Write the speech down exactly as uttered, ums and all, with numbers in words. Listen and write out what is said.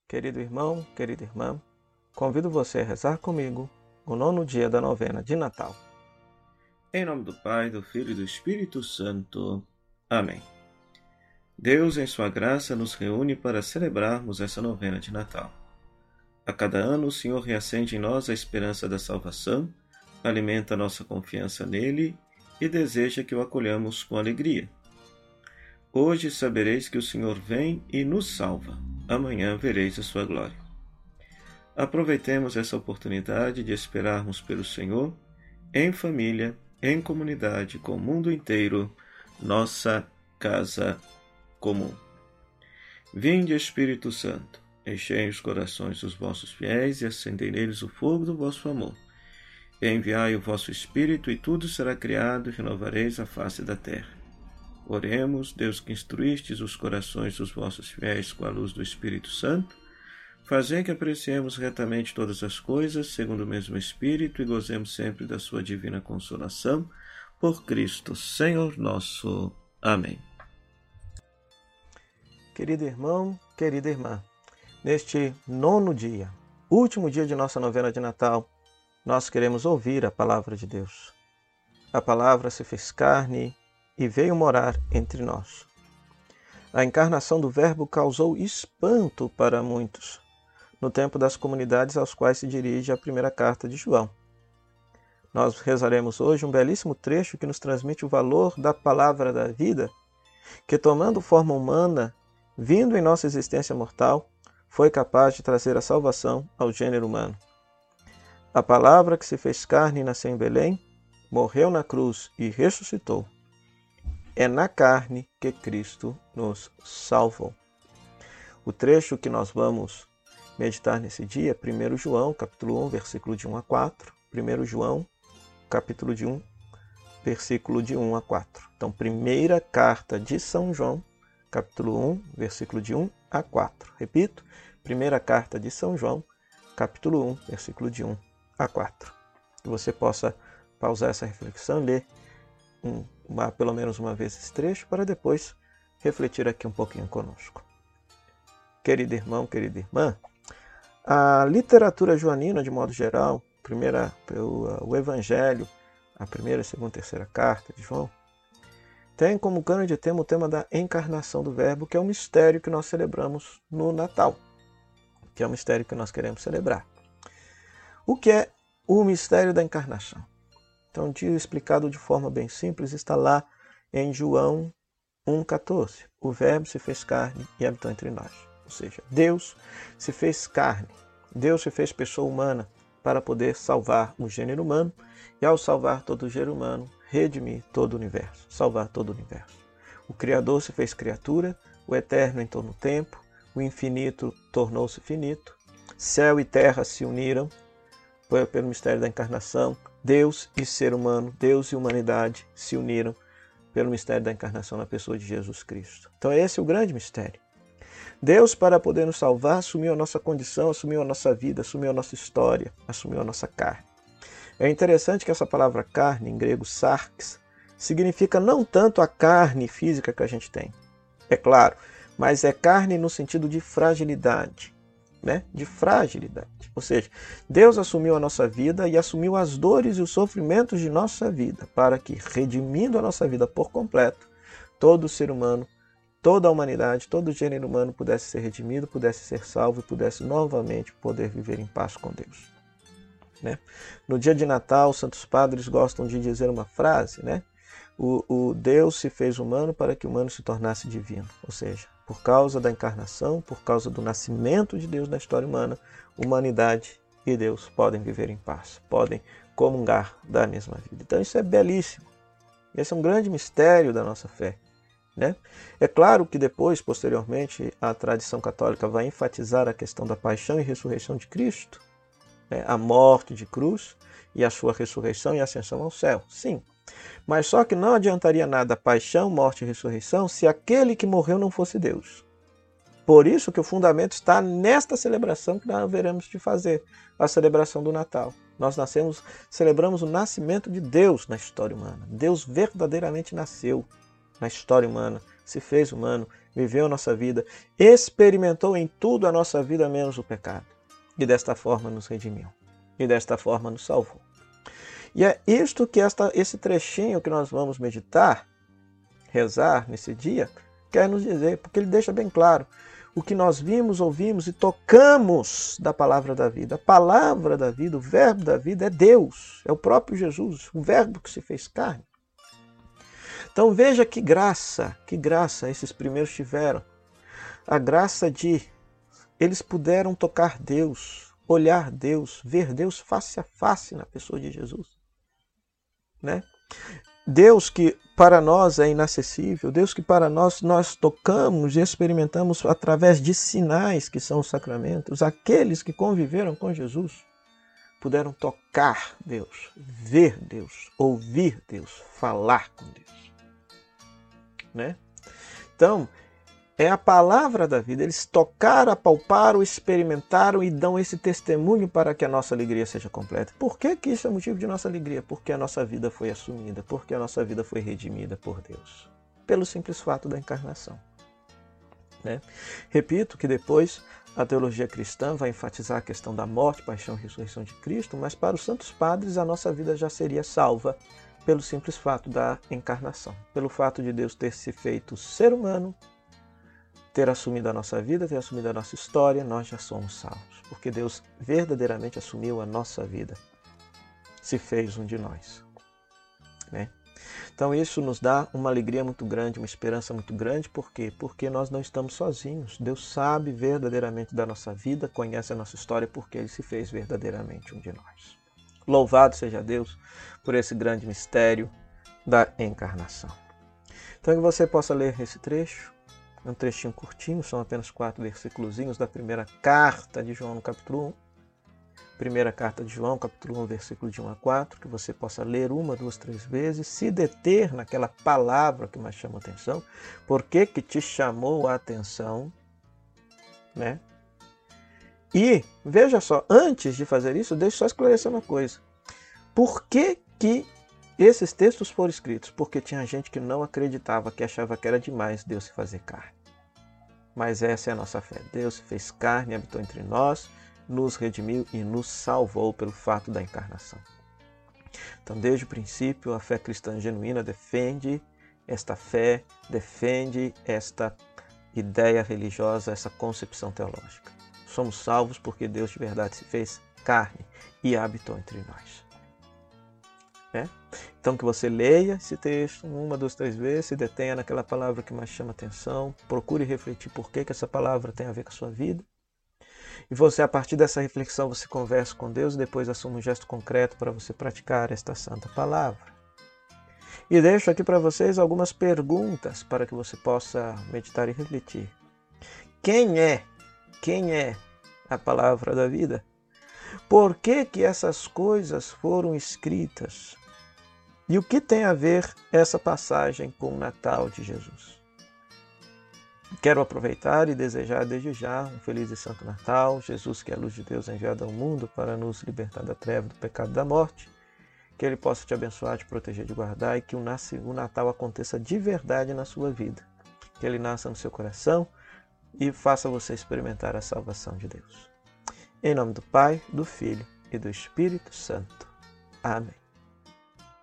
Querido irmão, querida irmã, convido você a rezar comigo o nono dia da novena de Natal. Em nome do Pai, do Filho e do Espírito Santo. Amém. Deus, em sua graça, nos reúne para celebrarmos essa novena de Natal. A cada ano, o Senhor reacende em nós a esperança da salvação, alimenta nossa confiança nele e deseja que o acolhamos com alegria. Hoje sabereis que o Senhor vem e nos salva. Amanhã vereis a sua glória. Aproveitemos essa oportunidade de esperarmos pelo Senhor, em família, em comunidade, com o mundo inteiro, nossa casa comum. Vinde, Espírito Santo, enchei os corações dos vossos fiéis e acendei neles o fogo do vosso amor. Enviai o vosso Espírito e tudo será criado e renovareis a face da terra. Oremos, Deus que instruístes os corações dos vossos fiéis com a luz do Espírito Santo, fazei que apreciemos retamente todas as coisas, segundo o mesmo Espírito, e gozemos sempre da sua divina consolação, por Cristo, Senhor nosso. Amém. Querido irmão, querida irmã, neste nono dia, último dia de nossa novena de Natal, nós queremos ouvir a palavra de Deus. A palavra se fez carne e veio morar entre nós. A encarnação do Verbo causou espanto para muitos, no tempo das comunidades aos quais se dirige a primeira carta de João. Nós rezaremos hoje um belíssimo trecho que nos transmite o valor da palavra da vida, que tomando forma humana, vindo em nossa existência mortal, foi capaz de trazer a salvação ao gênero humano. A palavra que se fez carne e nasceu em Belém, morreu na cruz e ressuscitou. É na carne que Cristo nos salvou. O trecho que nós vamos meditar nesse dia é primeiro João, capítulo um, versículo de um a quatro. primeiro João, capítulo de um, versículo de um a quatro. Então, primeira carta de São João, capítulo um, versículo de um a quatro. Repito, primeira carta de São João, capítulo um, versículo de um a quatro. Que você possa pausar essa reflexão e ler um, uma, pelo menos uma vez esse trecho, para depois refletir aqui um pouquinho conosco. Querido irmão, querida irmã, a literatura joanina, de modo geral, primeira, o, o Evangelho, a primeira, segunda e terceira carta de João, tem como grande tema o tema da encarnação do Verbo, que é um mistério que nós celebramos no Natal, que é um mistério que nós queremos celebrar. O que é o mistério da encarnação? Então, explicado de forma bem simples, está lá em João um, catorze. O Verbo se fez carne e habitou entre nós. Ou seja, Deus se fez carne, Deus se fez pessoa humana para poder salvar o gênero humano e, ao salvar todo o gênero humano, redimir todo o universo, salvar todo o universo. O Criador se fez criatura, o Eterno entrou no tempo, o infinito tornou-se finito, céu e terra se uniram pelo mistério da encarnação, Deus e ser humano, Deus e humanidade se uniram pelo mistério da encarnação na pessoa de Jesus Cristo. Então esse é o grande mistério. Deus, para poder nos salvar, assumiu a nossa condição, assumiu a nossa vida, assumiu a nossa história, assumiu a nossa carne. É interessante que essa palavra carne, em grego sarx, significa não tanto a carne física que a gente tem, é claro, mas é carne no sentido de fragilidade, né? De fragilidade. Ou seja, Deus assumiu a nossa vida e assumiu as dores e os sofrimentos de nossa vida, para que, redimindo a nossa vida por completo, todo ser humano, toda a humanidade, todo o gênero humano pudesse ser redimido, pudesse ser salvo e pudesse novamente poder viver em paz com Deus. Né? No dia de Natal, os santos padres gostam de dizer uma frase, né? O, o Deus se fez humano para que o humano se tornasse divino. Ou seja, por causa da encarnação, por causa do nascimento de Deus na história humana, humanidade e Deus podem viver em paz, podem comungar da mesma vida. Então isso é belíssimo. Esse é um grande mistério da nossa fé. Né? É claro que depois, posteriormente, a tradição católica vai enfatizar a questão da paixão e ressurreição de Cristo, né? A morte de cruz e a sua ressurreição e ascensão ao céu. Sim, mas só que não adiantaria nada paixão, morte e ressurreição se aquele que morreu não fosse Deus. Por isso que o fundamento está nesta celebração que nós veremos de fazer, a celebração do Natal. Nós nascemos, celebramos o nascimento de Deus na história humana. Deus verdadeiramente nasceu na história humana, se fez humano, viveu a nossa vida, experimentou em tudo a nossa vida menos o pecado. E desta forma nos redimiu. E desta forma nos salvou. E é isto que esta, esse trechinho que nós vamos meditar, rezar nesse dia, quer nos dizer, porque ele deixa bem claro o que nós vimos, ouvimos e tocamos da palavra da vida. A palavra da vida, o verbo da vida é Deus, é o próprio Jesus, o verbo que se fez carne. Então veja que graça, que graça esses primeiros tiveram. A graça de eles puderam tocar Deus, olhar Deus, ver Deus face a face na pessoa de Jesus. Né? Deus que para nós é inacessível, Deus que para nós nós tocamos e experimentamos através de sinais que são os sacramentos, aqueles que conviveram com Jesus puderam tocar Deus, ver Deus, ouvir Deus, falar com Deus. Né? Então, é a palavra da vida, eles tocaram, apalparam, experimentaram e dão esse testemunho para que a nossa alegria seja completa. Por que que isso é motivo de nossa alegria? Porque a nossa vida foi assumida, porque a nossa vida foi redimida por Deus. Pelo simples fato da encarnação. Né? Repito que depois a teologia cristã vai enfatizar a questão da morte, paixão e ressurreição de Cristo, mas para os santos padres a nossa vida já seria salva pelo simples fato da encarnação. Pelo fato de Deus ter se feito ser humano, ter assumido a nossa vida, ter assumido a nossa história, nós já somos salvos. Porque Deus verdadeiramente assumiu a nossa vida. Se fez um de nós. Né? Então isso nos dá uma alegria muito grande, uma esperança muito grande. Por quê? Porque nós não estamos sozinhos. Deus sabe verdadeiramente da nossa vida, conhece a nossa história, porque Ele se fez verdadeiramente um de nós. Louvado seja Deus por esse grande mistério da encarnação. Então que você possa ler esse trecho. É um trechinho curtinho, são apenas quatro versículozinhos da primeira carta de João, no capítulo um. Primeira carta de João, capítulo um, versículo de um a quatro, que você possa ler uma, duas, três vezes, se deter naquela palavra que mais chama a atenção. Por que que te chamou a atenção? Né? E, veja só, antes de fazer isso, deixa eu só esclarecer uma coisa. Por que que esses textos foram escritos? Porque tinha gente que não acreditava, que achava que era demais Deus se fazer carne. Mas essa é a nossa fé. Deus se fez carne, habitou entre nós, nos redimiu e nos salvou pelo fato da encarnação. Então, desde o princípio, a fé cristã genuína defende esta fé, defende esta ideia religiosa, essa concepção teológica. Somos salvos porque Deus de verdade se fez carne e habitou entre nós. É? Então que você leia esse texto uma, duas, três vezes, se detenha naquela palavra que mais chama atenção, procure refletir por que que essa palavra tem a ver com a sua vida. E você, a partir dessa reflexão, você conversa com Deus e depois assume um gesto concreto para você praticar esta santa palavra. E deixo aqui para vocês algumas perguntas para que você possa meditar e refletir. Quem é? Quem é a palavra da vida? Por que que essas coisas foram escritas? E o que tem a ver essa passagem com o Natal de Jesus? Quero aproveitar e desejar desde já um feliz e santo Natal. Jesus, que é a luz de Deus enviada ao mundo para nos libertar da treva, do pecado e da morte. Que Ele possa te abençoar, te proteger, te guardar e que o Natal aconteça de verdade na sua vida. Que Ele nasça no seu coração e faça você experimentar a salvação de Deus. Em nome do Pai, do Filho e do Espírito Santo. Amém.